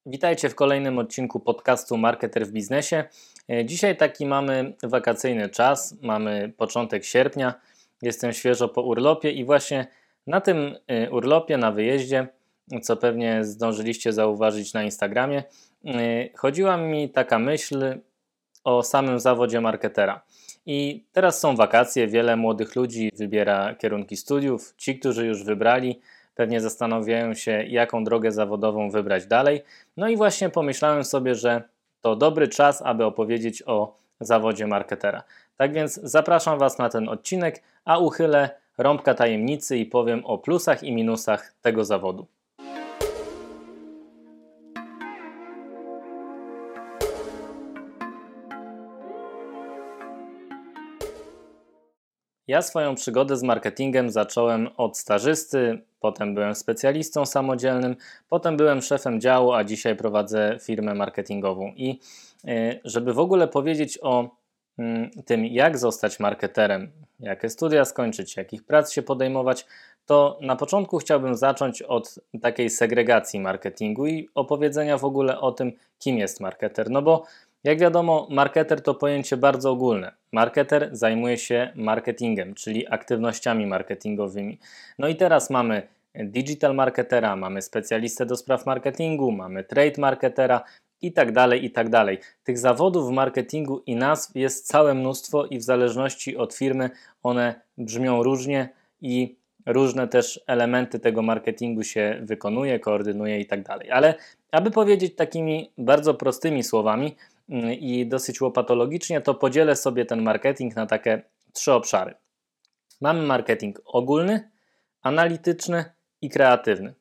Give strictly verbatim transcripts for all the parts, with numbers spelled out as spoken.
Witajcie w kolejnym odcinku podcastu Marketer w Biznesie. Dzisiaj taki mamy wakacyjny czas, mamy początek sierpnia, jestem świeżo po urlopie i właśnie na tym urlopie, na wyjeździe, co pewnie zdążyliście zauważyć na Instagramie, chodziła mi taka myśl o samym zawodzie marketera. I teraz są wakacje, wiele młodych ludzi wybiera kierunki studiów, ci, którzy już wybrali, pewnie zastanawiają się, jaką drogę zawodową wybrać dalej. No i właśnie pomyślałem sobie, że to dobry czas, aby opowiedzieć o zawodzie marketera. Tak więc zapraszam Was na ten odcinek, a uchylę rąbka tajemnicy i powiem o plusach i minusach tego zawodu. Ja swoją przygodę z marketingiem zacząłem od stażysty, potem byłem specjalistą samodzielnym, potem byłem szefem działu, a dzisiaj prowadzę firmę marketingową. I żeby w ogóle powiedzieć o tym, jak zostać marketerem, jakie studia skończyć, jakich prac się podejmować, to na początku chciałbym zacząć od takiej segregacji marketingu i opowiedzenia w ogóle o tym, kim jest marketer. No bo jak wiadomo, marketer to pojęcie bardzo ogólne. Marketer zajmuje się marketingiem, czyli aktywnościami marketingowymi. No i teraz mamy digital marketera, mamy specjalistę do spraw marketingu, mamy trade marketera i tak dalej, i tak dalej. Tych zawodów w marketingu i nazw jest całe mnóstwo i w zależności od firmy one brzmią różnie i różne też elementy tego marketingu się wykonuje, koordynuje i tak dalej. Ale aby powiedzieć takimi bardzo prostymi słowami i dosyć łopatologicznie, to podzielę sobie ten marketing na takie trzy obszary. Mamy marketing ogólny, analityczny i kreatywny.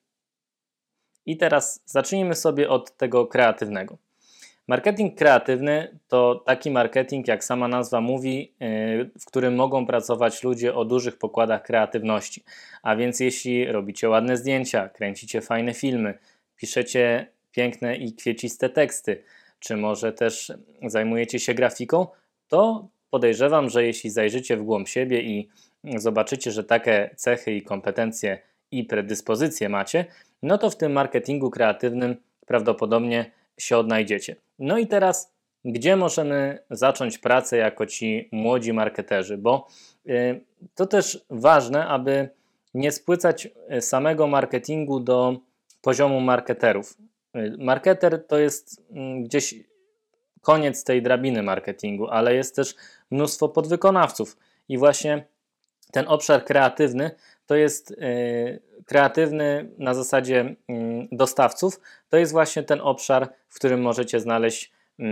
I teraz zacznijmy sobie od tego kreatywnego. Marketing kreatywny to taki marketing, jak sama nazwa mówi, w którym mogą pracować ludzie o dużych pokładach kreatywności. A więc jeśli robicie ładne zdjęcia, kręcicie fajne filmy, piszecie piękne i kwieciste teksty, czy może też zajmujecie się grafiką, to podejrzewam, że jeśli zajrzycie w głąb siebie i zobaczycie, że takie cechy i kompetencje i predyspozycje macie, no to w tym marketingu kreatywnym prawdopodobnie się odnajdziecie. No i teraz, gdzie możemy zacząć pracę jako ci młodzi marketerzy? Bo yy, to też ważne, aby nie spłycać samego marketingu do poziomu marketerów. Marketer to jest gdzieś koniec tej drabiny marketingu, ale jest też mnóstwo podwykonawców i właśnie ten obszar kreatywny to jest yy, kreatywny na zasadzie yy, dostawców, to jest właśnie ten obszar, w którym możecie znaleźć yy,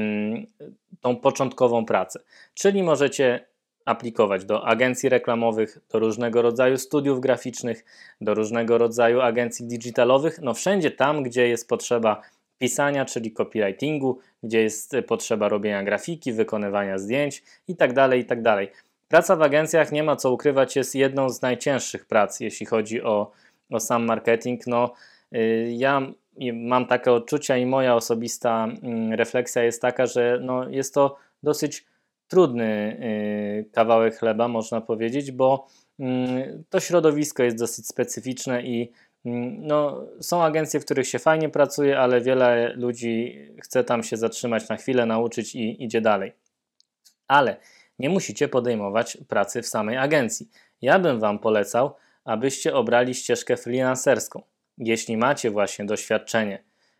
tą początkową pracę, czyli możecie aplikować do agencji reklamowych, do różnego rodzaju studiów graficznych, do różnego rodzaju agencji digitalowych, no wszędzie tam, gdzie jest potrzeba pisania, czyli copywritingu, gdzie jest potrzeba robienia grafiki, wykonywania zdjęć itd., itd. Praca w agencjach, nie ma co ukrywać, jest jedną z najcięższych prac, jeśli chodzi o, o sam marketing. No, yy, ja mam takie odczucia i moja osobista yy, refleksja jest taka, że no, jest to dosyć trudny yy, kawałek chleba, można powiedzieć, bo yy, to środowisko jest dosyć specyficzne i yy, no, są agencje, w których się fajnie pracuje, ale wiele ludzi chce tam się zatrzymać na chwilę, nauczyć i idzie dalej. Ale nie musicie podejmować pracy w samej agencji. Ja bym Wam polecał, abyście obrali ścieżkę freelancerską. Jeśli macie właśnie doświadczenie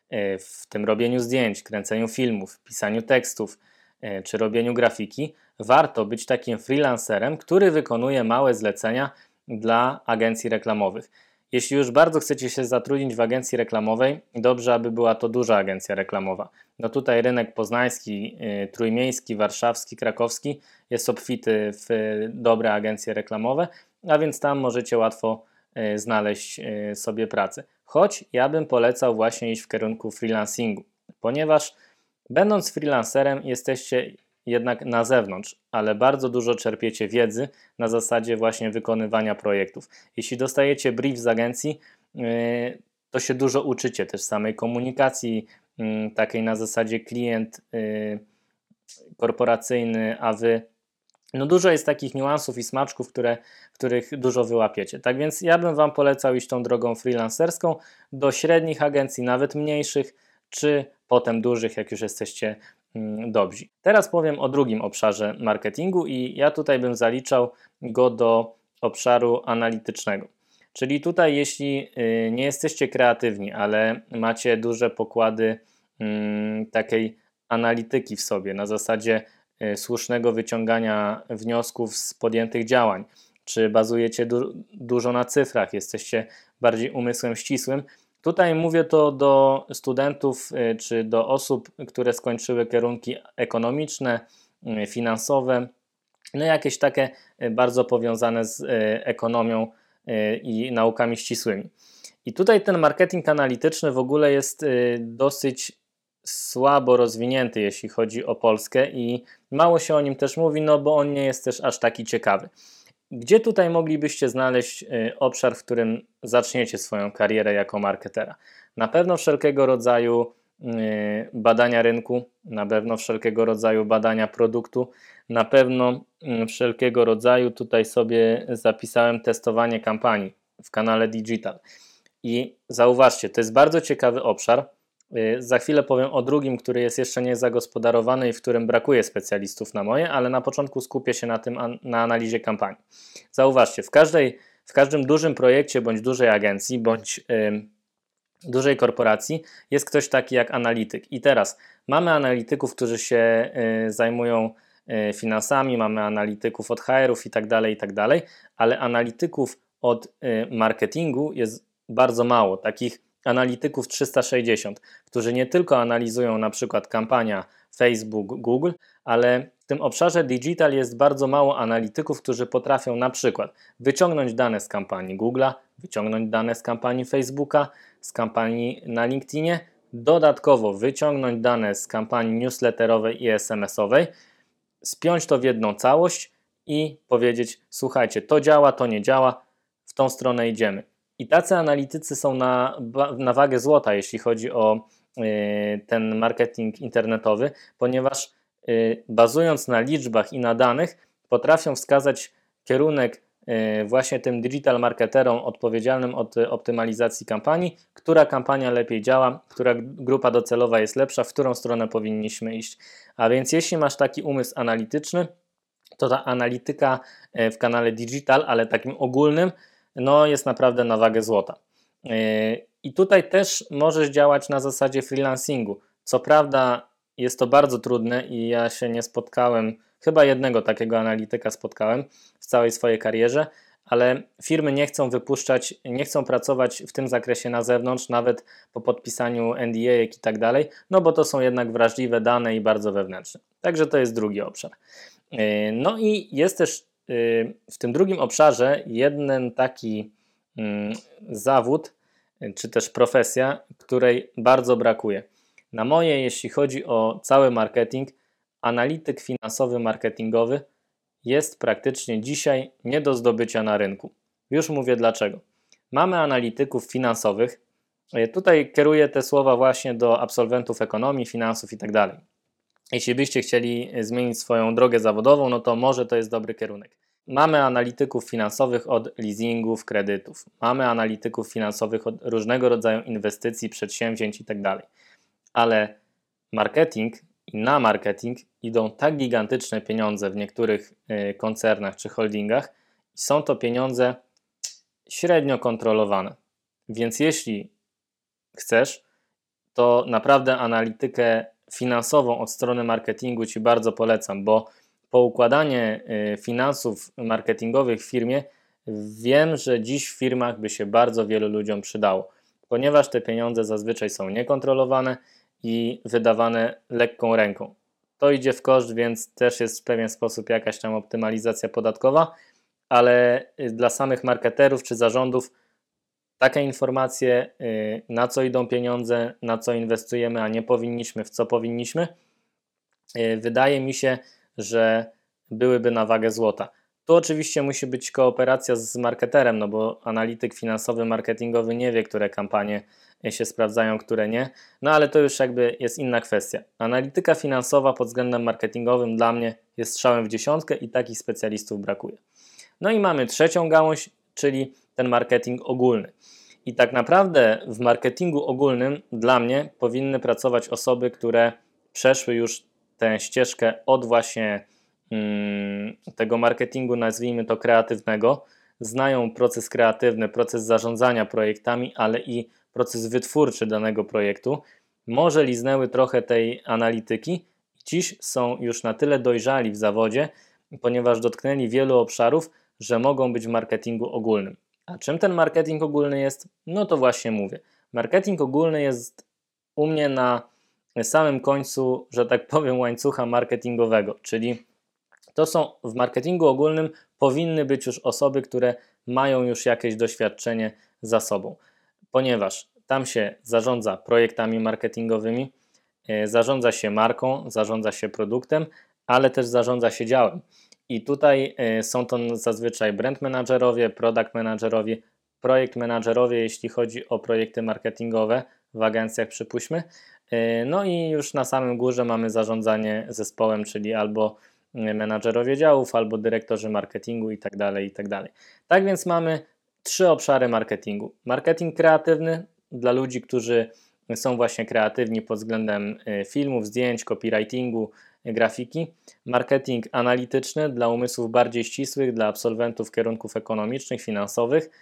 w tym robieniu zdjęć, kręceniu filmów, pisaniu tekstów czy robieniu grafiki, warto być takim freelancerem, który wykonuje małe zlecenia dla agencji reklamowych. Jeśli już bardzo chcecie się zatrudnić w agencji reklamowej, dobrze, aby była to duża agencja reklamowa. No tutaj rynek poznański, trójmiejski, warszawski, krakowski jest obfity w dobre agencje reklamowe, a więc tam możecie łatwo znaleźć sobie pracę. Choć ja bym polecał właśnie iść w kierunku freelancingu, ponieważ będąc freelancerem jesteście jednak na zewnątrz, ale bardzo dużo czerpiecie wiedzy na zasadzie właśnie wykonywania projektów. Jeśli dostajecie brief z agencji, to się dużo uczycie też samej komunikacji, takiej na zasadzie klient korporacyjny, a wy. No dużo jest takich niuansów i smaczków, które, których dużo wyłapiecie. Tak więc ja bym Wam polecał iść tą drogą freelancerską do średnich agencji, nawet mniejszych. czy potem dużych, jak już jesteście dobrzy. Teraz powiem o drugim obszarze marketingu i ja tutaj bym zaliczał go do obszaru analitycznego. Czyli tutaj jeśli nie jesteście kreatywni, ale macie duże pokłady hmm, takiej analityki w sobie, na zasadzie słusznego wyciągania wniosków z podjętych działań, czy bazujecie du- dużo na cyfrach, jesteście bardziej umysłem ścisłym. Tutaj mówię to do studentów czy do osób, które skończyły kierunki ekonomiczne, finansowe, no jakieś takie bardzo powiązane z ekonomią i naukami ścisłymi. I tutaj ten marketing analityczny w ogóle jest dosyć słabo rozwinięty, jeśli chodzi o Polskę i mało się o nim też mówi, no bo on nie jest też aż taki ciekawy. Gdzie tutaj moglibyście znaleźć obszar, w którym zaczniecie swoją karierę jako marketera? Na pewno wszelkiego rodzaju badania rynku, na pewno wszelkiego rodzaju badania produktu, na pewno wszelkiego rodzaju, tutaj sobie zapisałem testowanie kampanii w kanale Digital. I zauważcie, to jest bardzo ciekawy obszar. Za chwilę powiem o drugim, który jest jeszcze nie zagospodarowany i w którym brakuje specjalistów na moje, ale na początku skupię się na tym, na analizie kampanii. Zauważcie, w, każdej, w każdym dużym projekcie, bądź dużej agencji, bądź yy, dużej korporacji jest ktoś taki jak analityk. I teraz mamy analityków, którzy się yy, zajmują yy, finansami, mamy analityków od H R-ów i tak dalej, i tak dalej, ale analityków od yy, marketingu jest bardzo mało, takich analityków trzysta sześćdziesiąt, którzy nie tylko analizują na przykład kampania Facebook, Google, ale w tym obszarze digital jest bardzo mało analityków, którzy potrafią na przykład wyciągnąć dane z kampanii Google'a, wyciągnąć dane z kampanii Facebooka, z kampanii na LinkedInie, dodatkowo wyciągnąć dane z kampanii newsletterowej i es em esowej, spiąć to w jedną całość i powiedzieć: słuchajcie, to działa, to nie działa, w tą stronę idziemy. I tacy analitycy są na, na wagę złota, jeśli chodzi o y, ten marketing internetowy, ponieważ y, bazując na liczbach i na danych potrafią wskazać kierunek y, właśnie tym digital marketerom odpowiedzialnym od optymalizacji kampanii, która kampania lepiej działa, która grupa docelowa jest lepsza, w którą stronę powinniśmy iść. A więc jeśli masz taki umysł analityczny, to ta analityka w kanale Digital, ale takim ogólnym, no jest naprawdę na wagę złota. I tutaj też możesz działać na zasadzie freelancingu. Co prawda jest to bardzo trudne i ja się nie spotkałem, chyba jednego takiego analityka spotkałem w całej swojej karierze, ale firmy nie chcą wypuszczać, nie chcą pracować w tym zakresie na zewnątrz, nawet po podpisaniu N D A i tak dalej, no bo to są jednak wrażliwe dane i bardzo wewnętrzne. Także to jest drugi obszar. No i jest też w tym drugim obszarze jeden taki zawód, czy też profesja, której bardzo brakuje. Na moje, jeśli chodzi o cały marketing, analityk finansowy, marketingowy jest praktycznie dzisiaj nie do zdobycia na rynku. Już mówię dlaczego. Mamy analityków finansowych, tutaj kieruję te słowa właśnie do absolwentów ekonomii, finansów i tak dalej. Jeśli byście chcieli zmienić swoją drogę zawodową, no to może to jest dobry kierunek. Mamy analityków finansowych od leasingów, kredytów. Mamy analityków finansowych od różnego rodzaju inwestycji, przedsięwzięć i tak dalej. Ale marketing i na marketing idą tak gigantyczne pieniądze w niektórych koncernach czy holdingach i są to pieniądze średnio kontrolowane. Więc jeśli chcesz, to naprawdę analitykę finansową od strony marketingu Ci bardzo polecam, bo poukładanie finansów marketingowych w firmie wiem, że dziś w firmach by się bardzo wielu ludziom przydało, ponieważ te pieniądze zazwyczaj są niekontrolowane i wydawane lekką ręką. To idzie w koszt, więc też jest w pewien sposób jakaś tam optymalizacja podatkowa, ale dla samych marketerów czy zarządów takie informacje, na co idą pieniądze, na co inwestujemy, a nie powinniśmy, w co powinniśmy, wydaje mi się, że byłyby na wagę złota. Tu oczywiście musi być kooperacja z marketerem, no bo analityk finansowy, marketingowy nie wie, które kampanie się sprawdzają, które nie, no ale to już jakby jest inna kwestia. Analityka finansowa pod względem marketingowym dla mnie jest strzałem w dziesiątkę i takich specjalistów brakuje. No i mamy trzecią gałąź, czyli ten marketing ogólny. I tak naprawdę w marketingu ogólnym dla mnie powinny pracować osoby, które przeszły już tę ścieżkę od właśnie hmm, tego marketingu, nazwijmy to kreatywnego, znają proces kreatywny, proces zarządzania projektami, ale i proces wytwórczy danego projektu, może liznęły trochę tej analityki, dziś są już na tyle dojrzali w zawodzie, ponieważ dotknęli wielu obszarów, że mogą być w marketingu ogólnym. A czym ten marketing ogólny jest? No to właśnie mówię. Marketing ogólny jest u mnie na samym końcu, że tak powiem, łańcucha marketingowego, czyli to są w marketingu ogólnym powinny być już osoby, które mają już jakieś doświadczenie za sobą, ponieważ tam się zarządza projektami marketingowymi, zarządza się marką, zarządza się produktem, ale też zarządza się działem. I tutaj są to zazwyczaj brand managerowie, product managerowie, projekt managerowie, jeśli chodzi o projekty marketingowe w agencjach, przypuśćmy. No i już na samym górze mamy zarządzanie zespołem, czyli albo menadżerowie działów, albo dyrektorzy marketingu i tak dalej, i tak dalej. Tak więc mamy trzy obszary marketingu. Marketing kreatywny dla ludzi, którzy są właśnie kreatywni pod względem filmów, zdjęć, copywritingu, grafiki. Marketing analityczny dla umysłów bardziej ścisłych, dla absolwentów kierunków ekonomicznych, finansowych.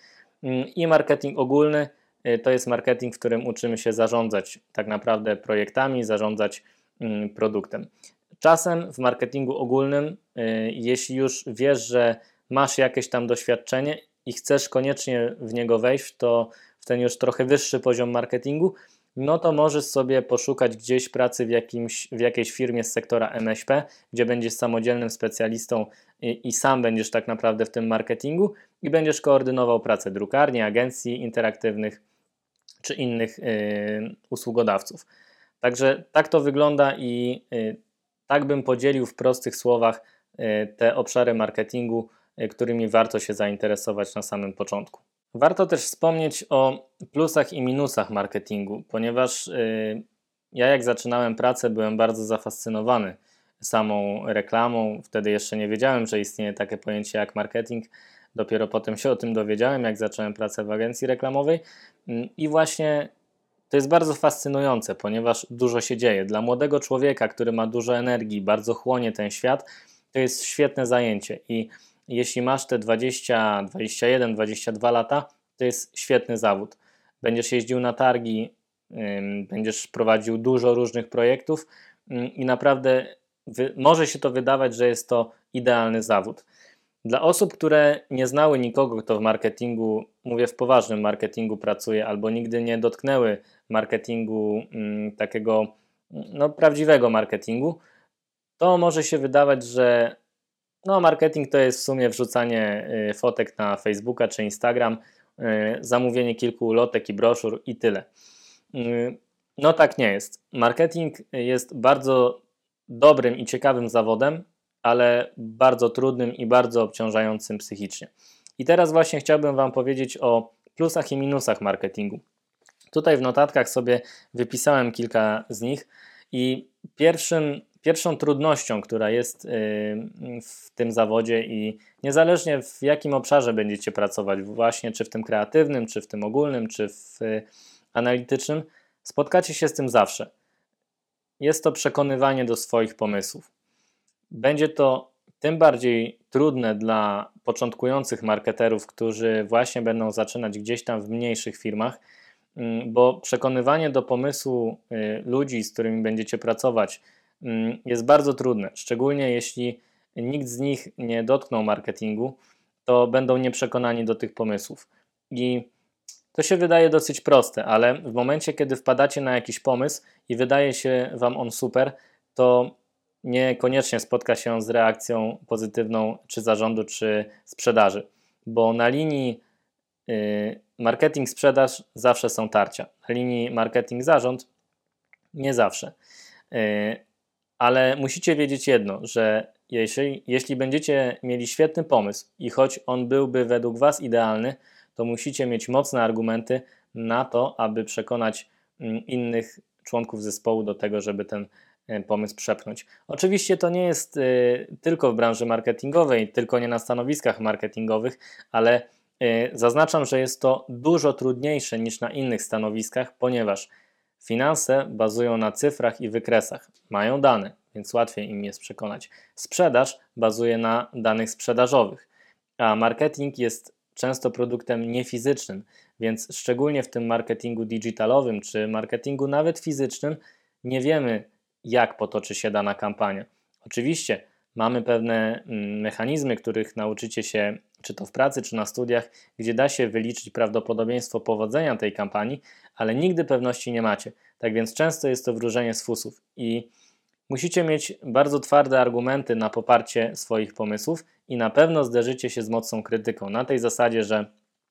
I marketing ogólny to jest marketing, w którym uczymy się zarządzać tak naprawdę projektami, zarządzać produktem. Czasem w marketingu ogólnym, jeśli już wiesz, że masz jakieś tam doświadczenie i chcesz koniecznie w niego wejść, to w ten już trochę wyższy poziom marketingu, no to możesz sobie poszukać gdzieś pracy w, jakimś, w jakiejś firmie z sektora M S P, gdzie będziesz samodzielnym specjalistą i, i sam będziesz tak naprawdę w tym marketingu i będziesz koordynował pracę drukarni, agencji interaktywnych czy innych yy, usługodawców. Także tak to wygląda i yy, tak bym podzielił w prostych słowach yy, te obszary marketingu, yy, którymi warto się zainteresować na samym początku. Warto też wspomnieć o plusach i minusach marketingu, ponieważ yy, ja jak zaczynałem pracę, byłem bardzo zafascynowany samą reklamą. Wtedy jeszcze nie wiedziałem, że istnieje takie pojęcie jak marketing. Dopiero potem się o tym dowiedziałem, jak zacząłem pracę w agencji reklamowej. Yy, I właśnie to jest bardzo fascynujące, ponieważ dużo się dzieje. Dla młodego człowieka, który ma dużo energii, bardzo chłonie ten świat, to jest świetne zajęcie. I jeśli masz te dwadzieścia, dwadzieścia jeden, dwadzieścia dwa lata, to jest świetny zawód. Będziesz jeździł na targi, ym, będziesz prowadził dużo różnych projektów ym, i naprawdę wy, może się to wydawać, że jest to idealny zawód. Dla osób, które nie znały nikogo, kto w marketingu, mówię w poważnym marketingu pracuje, albo nigdy nie dotknęły marketingu ym, takiego no, prawdziwego marketingu, to może się wydawać, że no, marketing to jest w sumie wrzucanie y, fotek na Facebooka czy Instagram, y, zamówienie kilku ulotek i broszur i tyle. Y, no tak nie jest. Marketing jest bardzo dobrym i ciekawym zawodem, ale bardzo trudnym i bardzo obciążającym psychicznie. I teraz właśnie chciałbym Wam powiedzieć o plusach i minusach marketingu. Tutaj w notatkach sobie wypisałem kilka z nich i pierwszym Pierwszą trudnością, która jest w tym zawodzie i niezależnie w jakim obszarze będziecie pracować, właśnie czy w tym kreatywnym, czy w tym ogólnym, czy w analitycznym, spotkacie się z tym zawsze. Jest to przekonywanie do swoich pomysłów. Będzie to tym bardziej trudne dla początkujących marketerów, którzy właśnie będą zaczynać gdzieś tam w mniejszych firmach, bo przekonywanie do pomysłu ludzi, z którymi będziecie pracować, jest bardzo trudne, szczególnie jeśli nikt z nich nie dotknął marketingu, to będą nieprzekonani do tych pomysłów. I to się wydaje dosyć proste, ale w momencie, kiedy wpadacie na jakiś pomysł i wydaje się Wam on super, to niekoniecznie spotka się on z reakcją pozytywną czy zarządu, czy sprzedaży, bo na linii yy, marketing-sprzedaż zawsze są tarcia, na linii marketing-zarząd nie zawsze. Yy, Ale musicie wiedzieć jedno, że jeśli, jeśli będziecie mieli świetny pomysł i choć on byłby według Was idealny, to musicie mieć mocne argumenty na to, aby przekonać innych członków zespołu do tego, żeby ten pomysł przepchnąć. Oczywiście to nie jest y, tylko w branży marketingowej, tylko nie na stanowiskach marketingowych, ale Zaznaczam, że jest to dużo trudniejsze niż na innych stanowiskach, ponieważ finanse bazują na cyfrach i wykresach. Mają dane, więc łatwiej im jest przekonać. Sprzedaż bazuje na danych sprzedażowych, a marketing jest często produktem niefizycznym, więc szczególnie w tym marketingu digitalowym czy marketingu nawet fizycznym nie wiemy, jak potoczy się dana kampania. Oczywiście mamy pewne mechanizmy, których nauczycie się czy to w pracy, czy na studiach, gdzie da się wyliczyć prawdopodobieństwo powodzenia tej kampanii, ale nigdy pewności nie macie. Tak więc często jest to wróżenie z fusów i musicie mieć bardzo twarde argumenty na poparcie swoich pomysłów i na pewno zderzycie się z mocną krytyką na tej zasadzie, że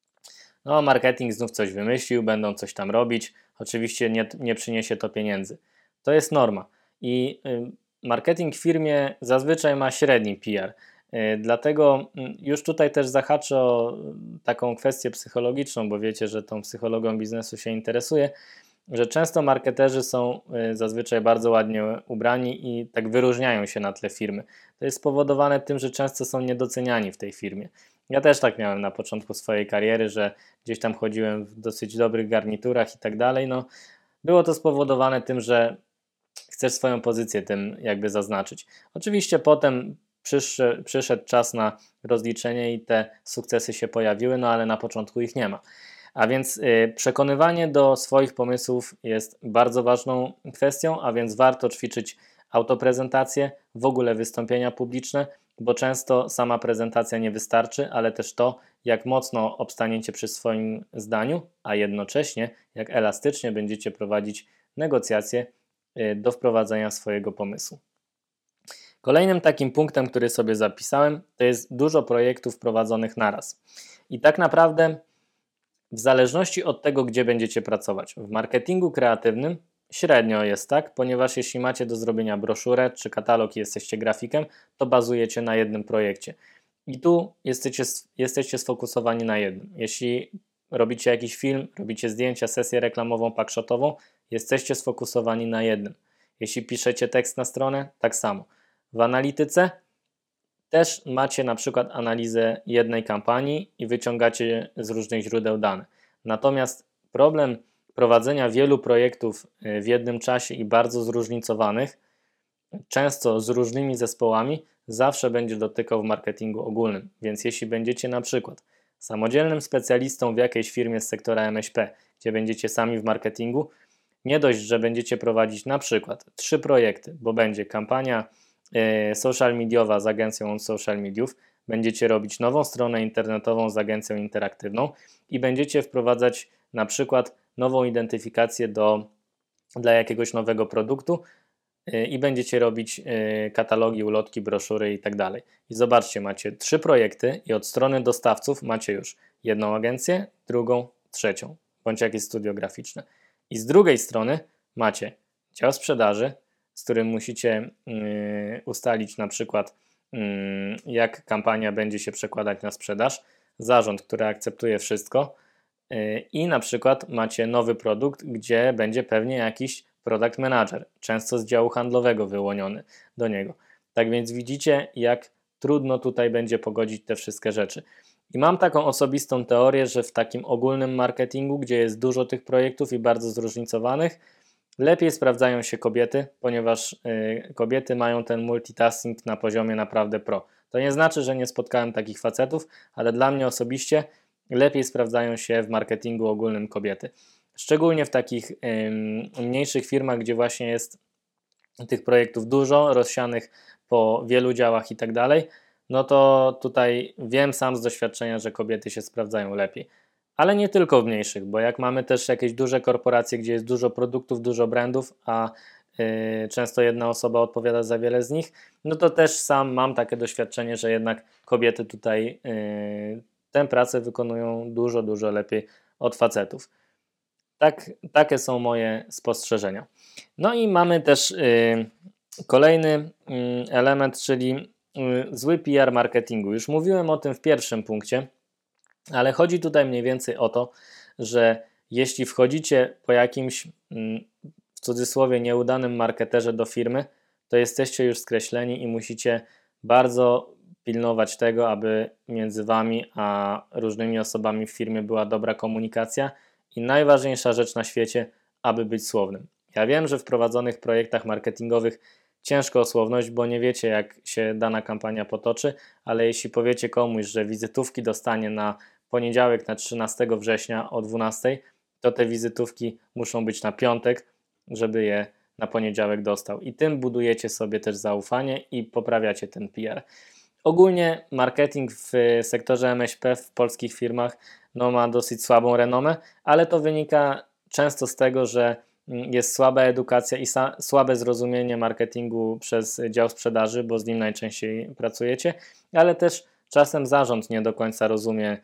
no marketing znów coś wymyślił, będą coś tam robić, oczywiście nie, nie przyniesie to pieniędzy. To jest norma i y, marketing w firmie zazwyczaj ma średni P R. Dlatego już tutaj też zahaczę o taką kwestię psychologiczną, bo wiecie, że tą psychologią biznesu się interesuję, że często marketerzy są zazwyczaj bardzo ładnie ubrani i tak wyróżniają się na tle firmy. To jest spowodowane tym, że często są niedoceniani w tej firmie. Ja też tak miałem na początku swojej kariery, że gdzieś tam chodziłem w dosyć dobrych garniturach i tak dalej. No, było to spowodowane tym, że chcesz swoją pozycję tym jakby zaznaczyć. Oczywiście potem Przyszedł, przyszedł czas na rozliczenie i te sukcesy się pojawiły, no ale na początku ich nie ma. A więc y, przekonywanie do swoich pomysłów jest bardzo ważną kwestią, a więc warto ćwiczyć autoprezentację, w ogóle wystąpienia publiczne, bo często sama prezentacja nie wystarczy, ale też to, jak mocno obstaniecie przy swoim zdaniu, a jednocześnie jak elastycznie będziecie prowadzić negocjacje y, do wprowadzenia swojego pomysłu. Kolejnym takim punktem, który sobie zapisałem, to jest dużo projektów prowadzonych naraz. I tak naprawdę w zależności od tego, gdzie będziecie pracować. W marketingu kreatywnym średnio jest tak, ponieważ jeśli macie do zrobienia broszurę czy katalog i jesteście grafikiem, to bazujecie na jednym projekcie. I tu jesteście, jesteście sfokusowani na jednym. Jeśli robicie jakiś film, robicie zdjęcia, sesję reklamową, packshotową, jesteście sfokusowani na jednym. Jeśli piszecie tekst na stronę, tak samo. W analityce też macie na przykład analizę jednej kampanii i wyciągacie z różnych źródeł dane. Natomiast problem prowadzenia wielu projektów w jednym czasie i bardzo zróżnicowanych, często z różnymi zespołami, zawsze będzie dotykał w marketingu ogólnym. Więc jeśli będziecie na przykład samodzielnym specjalistą w jakiejś firmie z sektora M S P, gdzie będziecie sami w marketingu, nie dość, że będziecie prowadzić na przykład trzy projekty, bo będzie kampania social mediowa z agencją od social mediów, będziecie robić nową stronę internetową z agencją interaktywną i będziecie wprowadzać na przykład nową identyfikację do, dla jakiegoś nowego produktu i będziecie robić katalogi, ulotki, broszury i tak dalej. I zobaczcie, macie trzy projekty i od strony dostawców macie już jedną agencję, drugą, trzecią, bądź jakieś studio graficzne. I z drugiej strony macie dział sprzedaży, z którym musicie y, ustalić na przykład y, jak kampania będzie się przekładać na sprzedaż, zarząd, który akceptuje wszystko y, i na przykład macie nowy produkt, gdzie będzie pewnie jakiś product manager, często z działu handlowego wyłoniony do niego. Tak więc widzicie, jak trudno tutaj będzie pogodzić te wszystkie rzeczy. I mam taką osobistą teorię, że w takim ogólnym marketingu, gdzie jest dużo tych projektów i bardzo zróżnicowanych, lepiej sprawdzają się kobiety, ponieważ y, kobiety mają ten multitasking na poziomie naprawdę pro. To nie znaczy, że nie spotkałem takich facetów, ale dla mnie osobiście lepiej sprawdzają się w marketingu ogólnym kobiety. Szczególnie w takich y, mniejszych firmach, gdzie właśnie jest tych projektów dużo, rozsianych po wielu działach i tak dalej, no to tutaj wiem sam z doświadczenia, że kobiety się sprawdzają lepiej. Ale nie tylko w mniejszych, bo jak mamy też jakieś duże korporacje, gdzie jest dużo produktów, dużo brandów, a yy, często jedna osoba odpowiada za wiele z nich, no to też sam mam takie doświadczenie, że jednak kobiety tutaj yy, tę pracę wykonują dużo, dużo lepiej od facetów. Tak, takie są moje spostrzeżenia. No i mamy też yy, kolejny yy, element, czyli yy, zły P R marketingu. Już mówiłem o tym w pierwszym punkcie, ale chodzi tutaj mniej więcej o to, że jeśli wchodzicie po jakimś w cudzysłowie nieudanym marketerze do firmy, to jesteście już skreśleni i musicie bardzo pilnować tego, aby między Wami a różnymi osobami w firmie była dobra komunikacja i najważniejsza rzecz na świecie, aby być słownym. Ja wiem, że w prowadzonych projektach marketingowych ciężko o słowność, bo nie wiecie, jak się dana kampania potoczy, ale jeśli powiecie komuś, że wizytówki dostanie na poniedziałek, na trzynastego września o dwunastej, to te wizytówki muszą być na piątek, żeby je na poniedziałek dostał. I tym budujecie sobie też zaufanie i poprawiacie ten P R. Ogólnie marketing w sektorze M S P w polskich firmach no, ma dosyć słabą renomę, ale to wynika często z tego, że jest słaba edukacja i słabe zrozumienie marketingu przez dział sprzedaży, bo z nim najczęściej pracujecie, ale też czasem zarząd nie do końca rozumie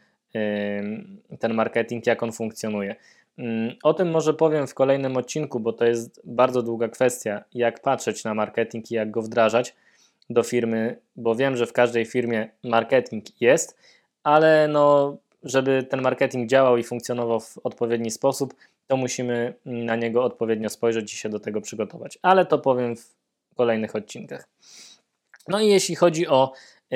yy, ten marketing, jak on funkcjonuje. Yy, o tym może powiem w kolejnym odcinku, bo to jest bardzo długa kwestia, jak patrzeć na marketing i jak go wdrażać do firmy, bo wiem, że w każdej firmie marketing jest, ale no, żeby ten marketing działał i funkcjonował w odpowiedni sposób, to musimy na niego odpowiednio spojrzeć i się do tego przygotować. Ale to powiem w kolejnych odcinkach. No i jeśli chodzi o yy,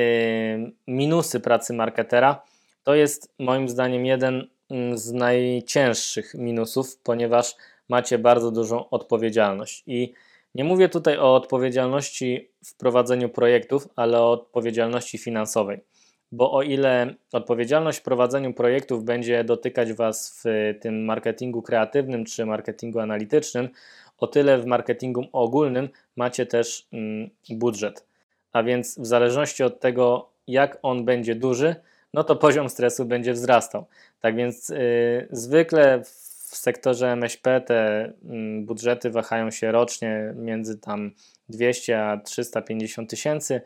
minusy pracy marketera, to jest moim zdaniem jeden z najcięższych minusów, ponieważ macie bardzo dużą odpowiedzialność. I nie mówię tutaj o odpowiedzialności w prowadzeniu projektów, ale o odpowiedzialności finansowej. Bo o ile odpowiedzialność w prowadzeniu projektów będzie dotykać Was w tym marketingu kreatywnym czy marketingu analitycznym, o tyle w marketingu ogólnym macie też mm, budżet. A więc w zależności od tego, jak on będzie duży, no to poziom stresu będzie wzrastał. Tak więc yy, zwykle w sektorze M S P te yy, budżety wahają się rocznie między tam dwieście a trzysta pięćdziesiąt tysięcy.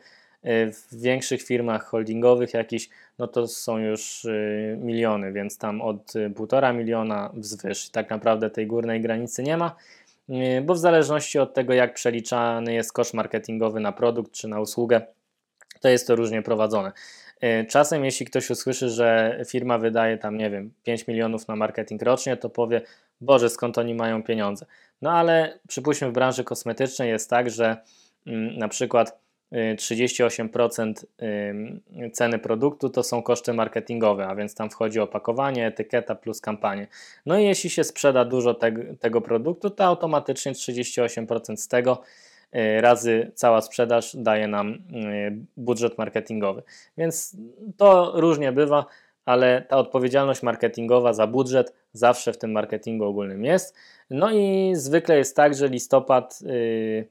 W większych firmach holdingowych jakichś, no to są już y, miliony, więc tam od y, półtora miliona wzwyż. Tak naprawdę tej górnej granicy nie ma, y, bo w zależności od tego, jak przeliczany jest koszt marketingowy na produkt czy na usługę, to jest to różnie prowadzone. Y, czasem jeśli ktoś usłyszy, że firma wydaje tam, nie wiem, pięć milionów na marketing rocznie, to powie, Boże, skąd oni mają pieniądze? No ale przypuśćmy, w branży kosmetycznej jest tak, że y, na przykład trzydzieści osiem procent ceny produktu to są koszty marketingowe, a więc tam wchodzi opakowanie, etykieta plus kampanie. No i jeśli się sprzeda dużo te, tego produktu, to automatycznie trzydzieści osiem procent z tego razy cała sprzedaż daje nam budżet marketingowy. Więc to różnie bywa, ale ta odpowiedzialność marketingowa za budżet zawsze w tym marketingu ogólnym jest. No i zwykle jest tak, że listopad yy,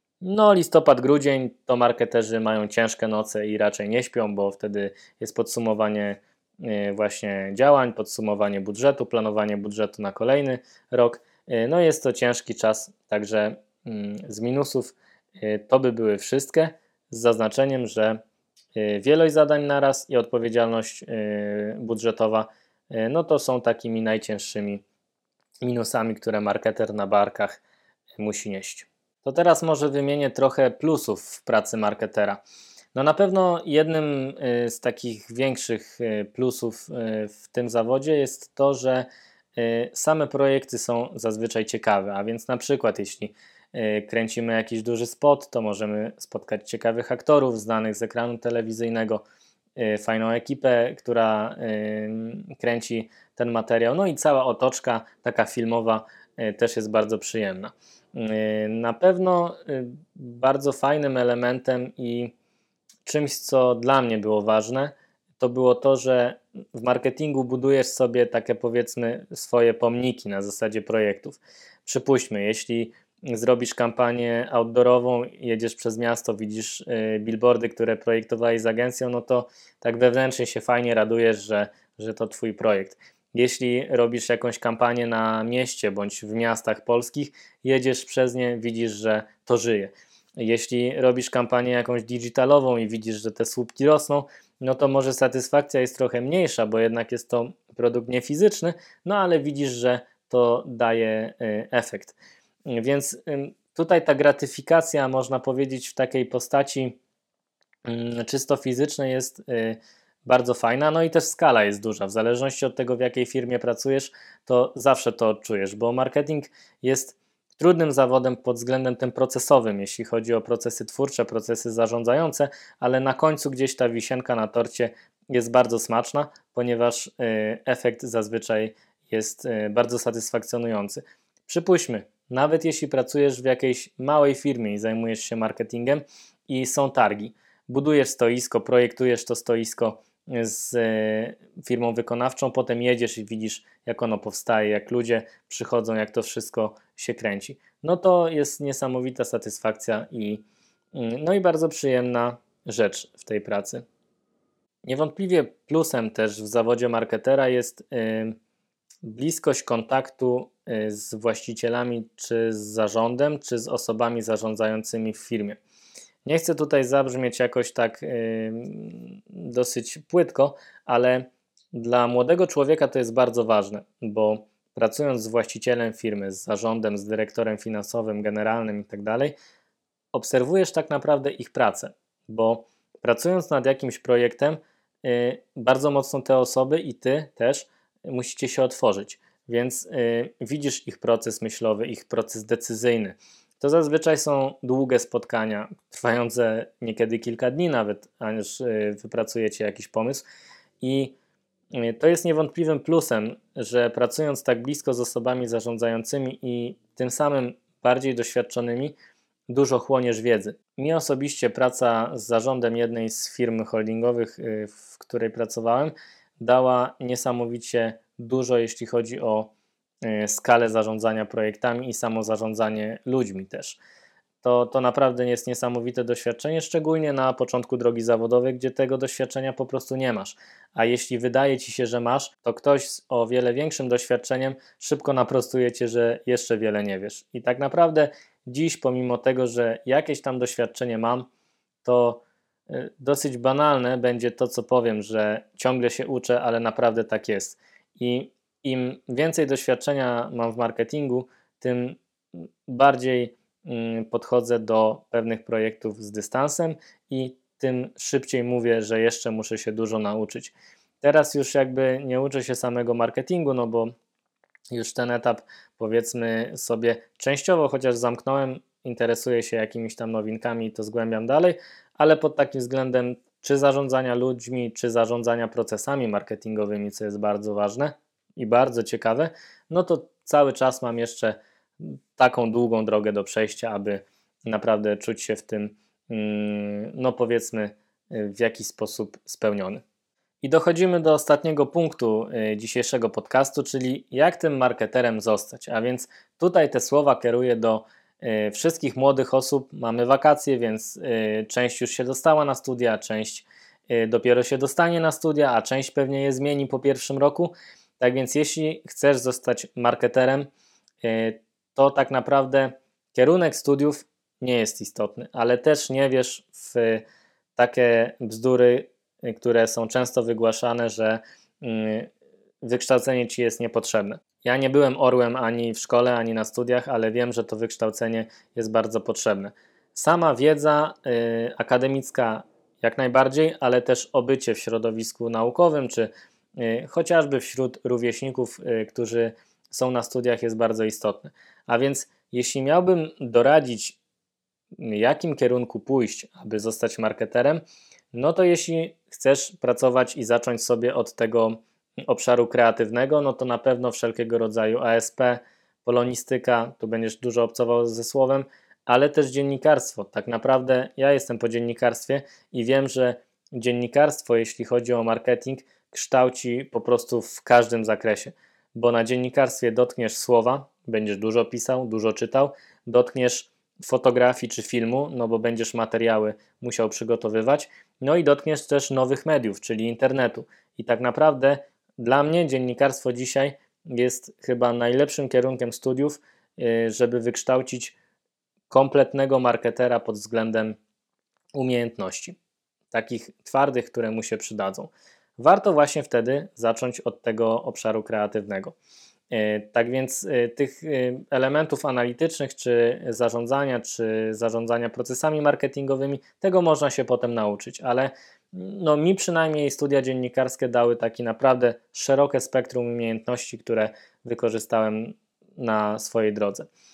No listopad, grudzień to marketerzy mają ciężkie noce i raczej nie śpią, bo wtedy jest podsumowanie właśnie działań, podsumowanie budżetu, planowanie budżetu na kolejny rok. No jest to ciężki czas, także z minusów to by były wszystkie, z zaznaczeniem, że wielość zadań naraz i odpowiedzialność budżetowa no to są takimi najcięższymi minusami, które marketer na barkach musi nieść. To teraz może wymienię trochę plusów w pracy marketera. No na pewno jednym z takich większych plusów w tym zawodzie jest to, że same projekty są zazwyczaj ciekawe, a więc na przykład jeśli kręcimy jakiś duży spot, to możemy spotkać ciekawych aktorów znanych z ekranu telewizyjnego, fajną ekipę, która kręci ten materiał, no i cała otoczka taka filmowa też jest bardzo przyjemna. Na pewno bardzo fajnym elementem i czymś, co dla mnie było ważne, to było to, że w marketingu budujesz sobie takie, powiedzmy, swoje pomniki na zasadzie projektów. Przypuśćmy, jeśli zrobisz kampanię outdoorową, jedziesz przez miasto, widzisz billboardy, które projektowałeś z agencją, no to tak wewnętrznie się fajnie radujesz, że, że to twój projekt. Jeśli robisz jakąś kampanię na mieście bądź w miastach polskich, jedziesz przez nie, widzisz, że to żyje. Jeśli robisz kampanię jakąś digitalową i widzisz, że te słupki rosną, no to może satysfakcja jest trochę mniejsza, bo jednak jest to produkt niefizyczny, no ale widzisz, że to daje efekt. Więc tutaj ta gratyfikacja, można powiedzieć, w takiej postaci czysto fizycznej jest bardzo fajna, no i też skala jest duża. W zależności od tego, w jakiej firmie pracujesz, to zawsze to odczujesz, bo marketing jest trudnym zawodem pod względem tym procesowym, jeśli chodzi o procesy twórcze, procesy zarządzające, ale na końcu gdzieś ta wisienka na torcie jest bardzo smaczna, ponieważ efekt zazwyczaj jest bardzo satysfakcjonujący. Przypuśćmy, nawet jeśli pracujesz w jakiejś małej firmie i zajmujesz się marketingiem i są targi, budujesz stoisko, projektujesz to stoisko z firmą wykonawczą, potem jedziesz i widzisz, jak ono powstaje, jak ludzie przychodzą, jak to wszystko się kręci. No to jest niesamowita satysfakcja i, no i bardzo przyjemna rzecz w tej pracy. Niewątpliwie plusem też w zawodzie marketera jest yy, bliskość kontaktu yy, z właścicielami, czy z zarządem, czy z osobami zarządzającymi w firmie. Nie chcę tutaj zabrzmieć jakoś tak yy, dosyć płytko, ale dla młodego człowieka to jest bardzo ważne, bo pracując z właścicielem firmy, z zarządem, z dyrektorem finansowym, generalnym i tak dalej, obserwujesz tak naprawdę ich pracę, bo pracując nad jakimś projektem, yy, bardzo mocno te osoby i ty też musicie się otworzyć, więc yy, widzisz ich proces myślowy, ich proces decyzyjny. To zazwyczaj są długie spotkania, trwające niekiedy kilka dni nawet, aż yy, wypracujecie jakiś pomysł i yy, to jest niewątpliwym plusem, że pracując tak blisko z osobami zarządzającymi i tym samym bardziej doświadczonymi, dużo chłoniesz wiedzy. Mi osobiście praca z zarządem jednej z firm holdingowych, w której pracowałem, dała niesamowicie dużo, jeśli chodzi o skalę zarządzania projektami i samo zarządzanie ludźmi też. To, to naprawdę jest niesamowite doświadczenie, szczególnie na początku drogi zawodowej, gdzie tego doświadczenia po prostu nie masz. A jeśli wydaje ci się, że masz, to ktoś z o wiele większym doświadczeniem szybko naprostuje cię, że jeszcze wiele nie wiesz. I tak naprawdę dziś, pomimo tego, że jakieś tam doświadczenie mam, to dosyć banalne będzie to, co powiem, że ciągle się uczę, ale naprawdę tak jest. I im więcej doświadczenia mam w marketingu, tym bardziej podchodzę do pewnych projektów z dystansem i tym szybciej mówię, że jeszcze muszę się dużo nauczyć. Teraz już jakby nie uczę się samego marketingu, no bo już ten etap, powiedzmy sobie, częściowo chociaż zamknąłem, interesuję się jakimiś tam nowinkami i to zgłębiam dalej, ale pod takim względem czy zarządzania ludźmi, czy zarządzania procesami marketingowymi, co jest bardzo ważne i bardzo ciekawe, no to cały czas mam jeszcze taką długą drogę do przejścia, aby naprawdę czuć się w tym, no powiedzmy, w jakiś sposób spełniony. I dochodzimy do ostatniego punktu dzisiejszego podcastu, czyli jak tym marketerem zostać. A więc tutaj te słowa kieruję do wszystkich młodych osób. Mamy wakacje, więc część już się dostała na studia, część dopiero się dostanie na studia, a część pewnie je zmieni po pierwszym roku. Tak więc jeśli chcesz zostać marketerem, to tak naprawdę kierunek studiów nie jest istotny, ale też nie wiesz w takie bzdury, które są często wygłaszane, że wykształcenie ci jest niepotrzebne. Ja nie byłem orłem ani w szkole, ani na studiach, ale wiem, że to wykształcenie jest bardzo potrzebne. Sama wiedza y, akademicka jak najbardziej, ale też obycie w środowisku naukowym, czy y, chociażby wśród rówieśników, y, którzy są na studiach, jest bardzo istotne. A więc jeśli miałbym doradzić, jakim kierunku pójść, aby zostać marketerem, no to jeśli chcesz pracować i zacząć sobie od tego obszaru kreatywnego, no to na pewno wszelkiego rodzaju A S P, polonistyka, tu będziesz dużo obcował ze słowem, ale też dziennikarstwo. Tak naprawdę ja jestem po dziennikarstwie i wiem, że dziennikarstwo, jeśli chodzi o marketing, kształci po prostu w każdym zakresie, bo na dziennikarstwie dotkniesz słowa, będziesz dużo pisał, dużo czytał, dotkniesz fotografii czy filmu, no bo będziesz materiały musiał przygotowywać, no i dotkniesz też nowych mediów, czyli internetu. I tak naprawdę dla mnie dziennikarstwo dzisiaj jest chyba najlepszym kierunkiem studiów, żeby wykształcić kompletnego marketera pod względem umiejętności, takich twardych, które mu się przydadzą. Warto właśnie wtedy zacząć od tego obszaru kreatywnego. Tak więc tych elementów analitycznych, czy zarządzania, czy zarządzania procesami marketingowymi, tego można się potem nauczyć, ale no, mi przynajmniej studia dziennikarskie dały takie naprawdę szerokie spektrum umiejętności, które wykorzystałem na swojej drodze.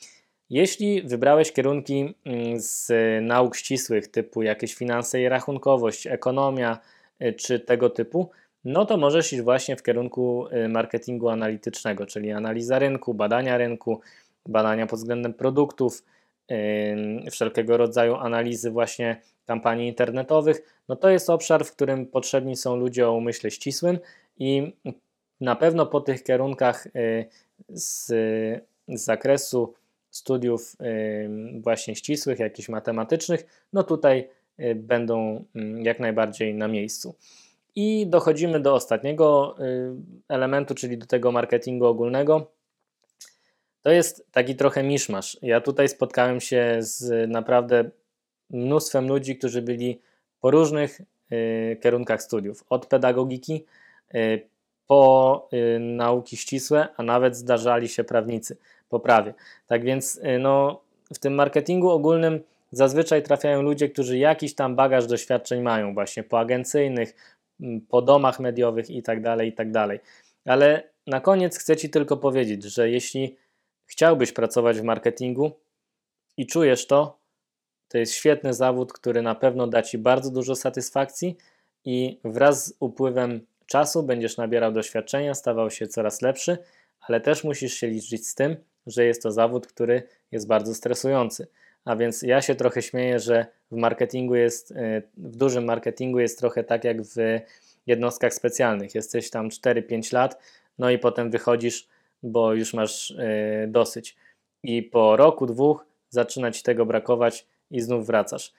Jeśli wybrałeś kierunki z nauk ścisłych typu jakieś finanse i rachunkowość, ekonomia czy tego typu, no to możesz iść właśnie w kierunku marketingu analitycznego, czyli analiza rynku, badania rynku, badania pod względem produktów, yy, wszelkiego rodzaju analizy właśnie kampanii internetowych. No to jest obszar, w którym potrzebni są ludzie o umyśle ścisłym i na pewno po tych kierunkach yy, z, z zakresu studiów yy, właśnie ścisłych, jakichś matematycznych, no tutaj yy, będą yy, jak najbardziej na miejscu. I dochodzimy do ostatniego elementu, czyli do tego marketingu ogólnego. To jest taki trochę miszmasz. Ja tutaj spotkałem się z naprawdę mnóstwem ludzi, którzy byli po różnych y, kierunkach studiów. Od pedagogiki y, po y, nauki ścisłe, a nawet zdarzali się prawnicy po prawie. Tak więc y, no, w tym marketingu ogólnym zazwyczaj trafiają ludzie, którzy jakiś tam bagaż doświadczeń mają właśnie po agencyjnych, po domach mediowych i tak dalej, i tak dalej. Ale na koniec chcę Ci tylko powiedzieć, że jeśli chciałbyś pracować w marketingu i czujesz to, to jest świetny zawód, który na pewno da Ci bardzo dużo satysfakcji i wraz z upływem czasu będziesz nabierał doświadczenia, stawał się coraz lepszy, ale też musisz się liczyć z tym, że jest to zawód, który jest bardzo stresujący. A więc ja się trochę śmieję, że w marketingu jest, w dużym marketingu jest trochę tak jak w jednostkach specjalnych. Jesteś tam cztery pięć lat, no i potem wychodzisz, bo już masz dosyć. I po roku, dwóch zaczyna Ci tego brakować i znów wracasz.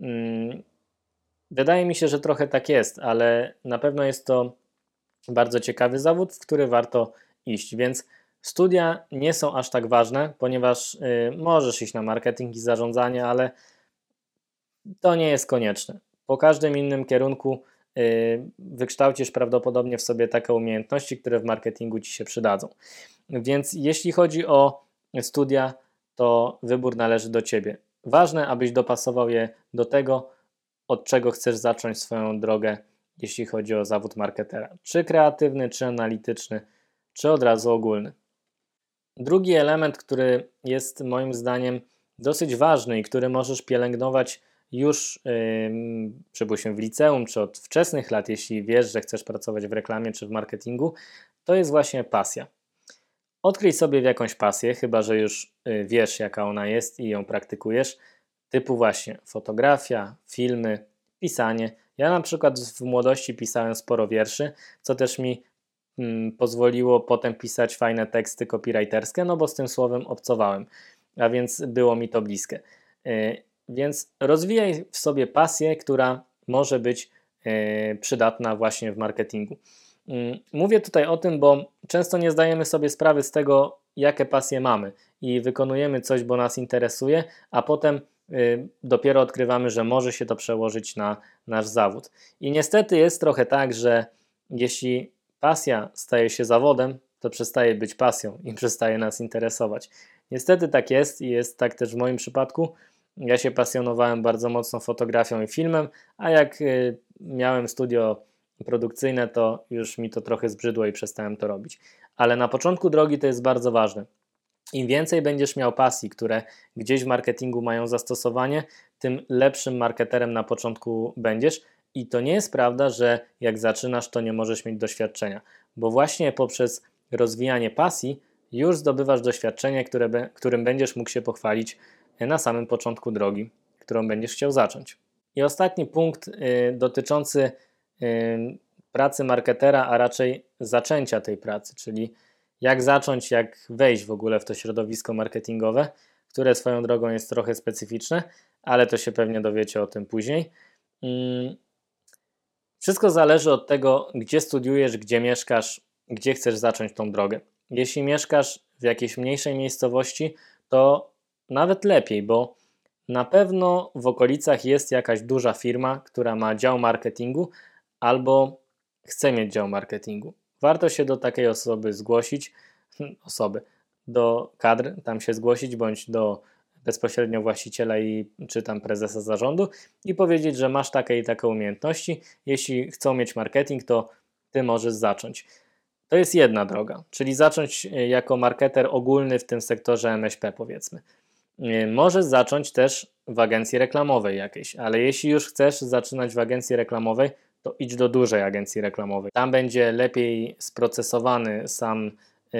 Wydaje mi się, że trochę tak jest, ale na pewno jest to bardzo ciekawy zawód, w który warto iść, więc studia nie są aż tak ważne, ponieważ y, możesz iść na marketing i zarządzanie, ale to nie jest konieczne. Po każdym innym kierunku y, wykształcisz prawdopodobnie w sobie takie umiejętności, które w marketingu Ci się przydadzą. Więc jeśli chodzi o studia, to wybór należy do Ciebie. Ważne, abyś dopasował je do tego, od czego chcesz zacząć swoją drogę, jeśli chodzi o zawód marketera. Czy kreatywny, czy analityczny, czy od razu ogólny. Drugi element, który jest moim zdaniem dosyć ważny i który możesz pielęgnować już yy, przypuśćmy w liceum, czy od wczesnych lat, jeśli wiesz, że chcesz pracować w reklamie, czy w marketingu, to jest właśnie pasja. Odkryj sobie jakąś pasję, chyba że już yy, wiesz, jaka ona jest i ją praktykujesz, typu właśnie fotografia, filmy, pisanie. Ja na przykład w młodości pisałem sporo wierszy, co też mi mm, pozwoliło potem pisać fajne teksty copywriterskie, no bo z tym słowem obcowałem, a więc było mi to bliskie. Yy, więc rozwijaj w sobie pasję, która może być yy, przydatna właśnie w marketingu. Yy, mówię tutaj o tym, bo często nie zdajemy sobie sprawy z tego, jakie pasje mamy i wykonujemy coś, bo nas interesuje, a potem dopiero odkrywamy, że może się to przełożyć na nasz zawód. I niestety jest trochę tak, że jeśli pasja staje się zawodem, to przestaje być pasją i przestaje nas interesować. Niestety tak jest i jest tak też w moim przypadku. Ja się pasjonowałem bardzo mocno fotografią i filmem, a jak miałem studio produkcyjne, to już mi to trochę zbrzydło i przestałem to robić. Ale na początku drogi to jest bardzo ważne. Im więcej będziesz miał pasji, które gdzieś w marketingu mają zastosowanie, tym lepszym marketerem na początku będziesz. I to nie jest prawda, że jak zaczynasz, to nie możesz mieć doświadczenia, bo właśnie poprzez rozwijanie pasji już zdobywasz doświadczenie, które, którym będziesz mógł się pochwalić na samym początku drogi, którą będziesz chciał zacząć. I ostatni punkt y, dotyczący y, pracy marketera, a raczej zaczęcia tej pracy, czyli jak zacząć, jak wejść w ogóle w to środowisko marketingowe, które swoją drogą jest trochę specyficzne, ale to się pewnie dowiecie o tym później. Wszystko zależy od tego, gdzie studiujesz, gdzie mieszkasz, gdzie chcesz zacząć tą drogę. Jeśli mieszkasz w jakiejś mniejszej miejscowości, to nawet lepiej, bo na pewno w okolicach jest jakaś duża firma, która ma dział marketingu albo chce mieć dział marketingu. Warto się do takiej osoby zgłosić, osoby, do kadr tam się zgłosić, bądź do bezpośrednio właściciela i czy tam prezesa zarządu i powiedzieć, że masz takie i takie umiejętności. Jeśli chcą mieć marketing, to ty możesz zacząć. To jest jedna droga, czyli zacząć jako marketer ogólny w tym sektorze M S P, powiedzmy. Możesz zacząć też w agencji reklamowej jakiejś, ale jeśli już chcesz zaczynać w agencji reklamowej, to idź do dużej agencji reklamowej. Tam będzie lepiej sprocesowany sam yy,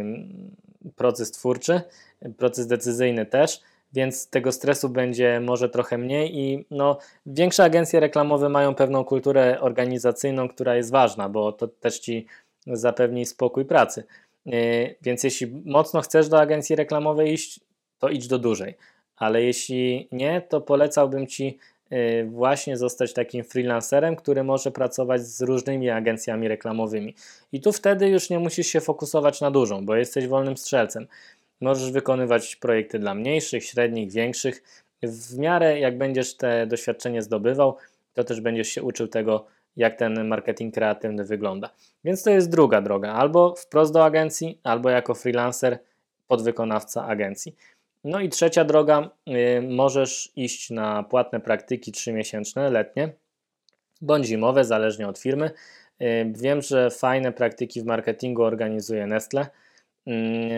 proces twórczy, proces decyzyjny też, więc tego stresu będzie może trochę mniej i no, większe agencje reklamowe mają pewną kulturę organizacyjną, która jest ważna, bo to też Ci zapewni spokój pracy. Yy, więc jeśli mocno chcesz do agencji reklamowej iść, to idź do dużej, ale jeśli nie, to polecałbym Ci yy, właśnie zostać takim freelancerem, który może pracować z różnymi agencjami reklamowymi i tu wtedy już nie musisz się fokusować na dużą, bo jesteś wolnym strzelcem. Możesz wykonywać projekty dla mniejszych, średnich, większych. W miarę jak będziesz te doświadczenie zdobywał, to też będziesz się uczył tego, jak ten marketing kreatywny wygląda. Więc to jest druga droga, albo wprost do agencji, albo jako freelancer, podwykonawca agencji. No i trzecia droga, yy, możesz iść na płatne praktyki trzymiesięczne, letnie, bądź zimowe, zależnie od firmy. Yy, wiem, że fajne praktyki w marketingu organizuje Nestle, yy,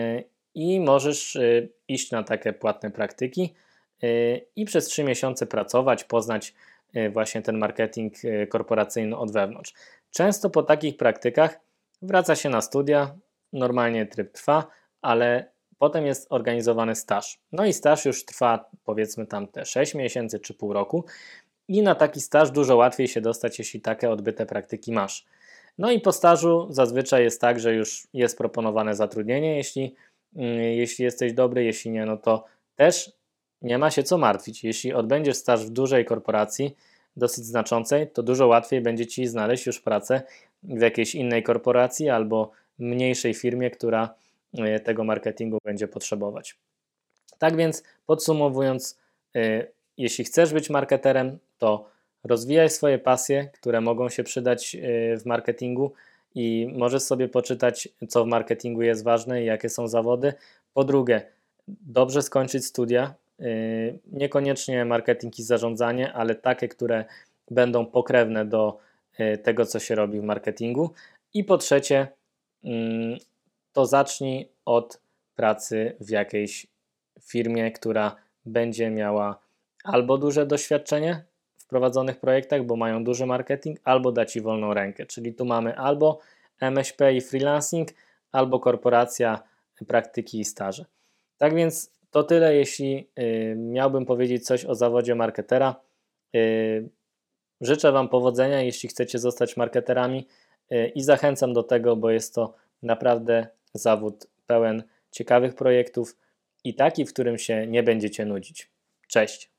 i możesz yy, iść na takie płatne praktyki yy, i przez trzy miesiące pracować, poznać yy, właśnie ten marketing yy, korporacyjny od wewnątrz. Często po takich praktykach wraca się na studia, normalnie tryb trwa, ale potem jest organizowany staż. No i staż już trwa powiedzmy tam te sześć miesięcy czy pół roku i na taki staż dużo łatwiej się dostać, jeśli takie odbyte praktyki masz. No i po stażu zazwyczaj jest tak, że już jest proponowane zatrudnienie, jeśli, jeśli jesteś dobry, jeśli nie, no to też nie ma się co martwić. Jeśli odbędziesz staż w dużej korporacji, dosyć znaczącej, to dużo łatwiej będzie Ci znaleźć już pracę w jakiejś innej korporacji albo mniejszej firmie, która tego marketingu będzie potrzebować. Tak więc podsumowując, yy, jeśli chcesz być marketerem, to rozwijaj swoje pasje, które mogą się przydać yy, w marketingu i możesz sobie poczytać, co w marketingu jest ważne i jakie są zawody. Po drugie, dobrze skończyć studia, yy, niekoniecznie marketing i zarządzanie, ale takie, które będą pokrewne do yy, tego, co się robi w marketingu. I po trzecie, yy, to zacznij od pracy w jakiejś firmie, która będzie miała albo duże doświadczenie w prowadzonych projektach, bo mają duży marketing, albo da Ci wolną rękę. Czyli tu mamy albo M S P i freelancing, albo korporacja, praktyki i staże. Tak więc to tyle, jeśli y, miałbym powiedzieć coś o zawodzie marketera. Y, życzę Wam powodzenia, jeśli chcecie zostać marketerami y, i zachęcam do tego, bo jest to naprawdę zawód pełen ciekawych projektów i taki, w którym się nie będziecie nudzić. Cześć!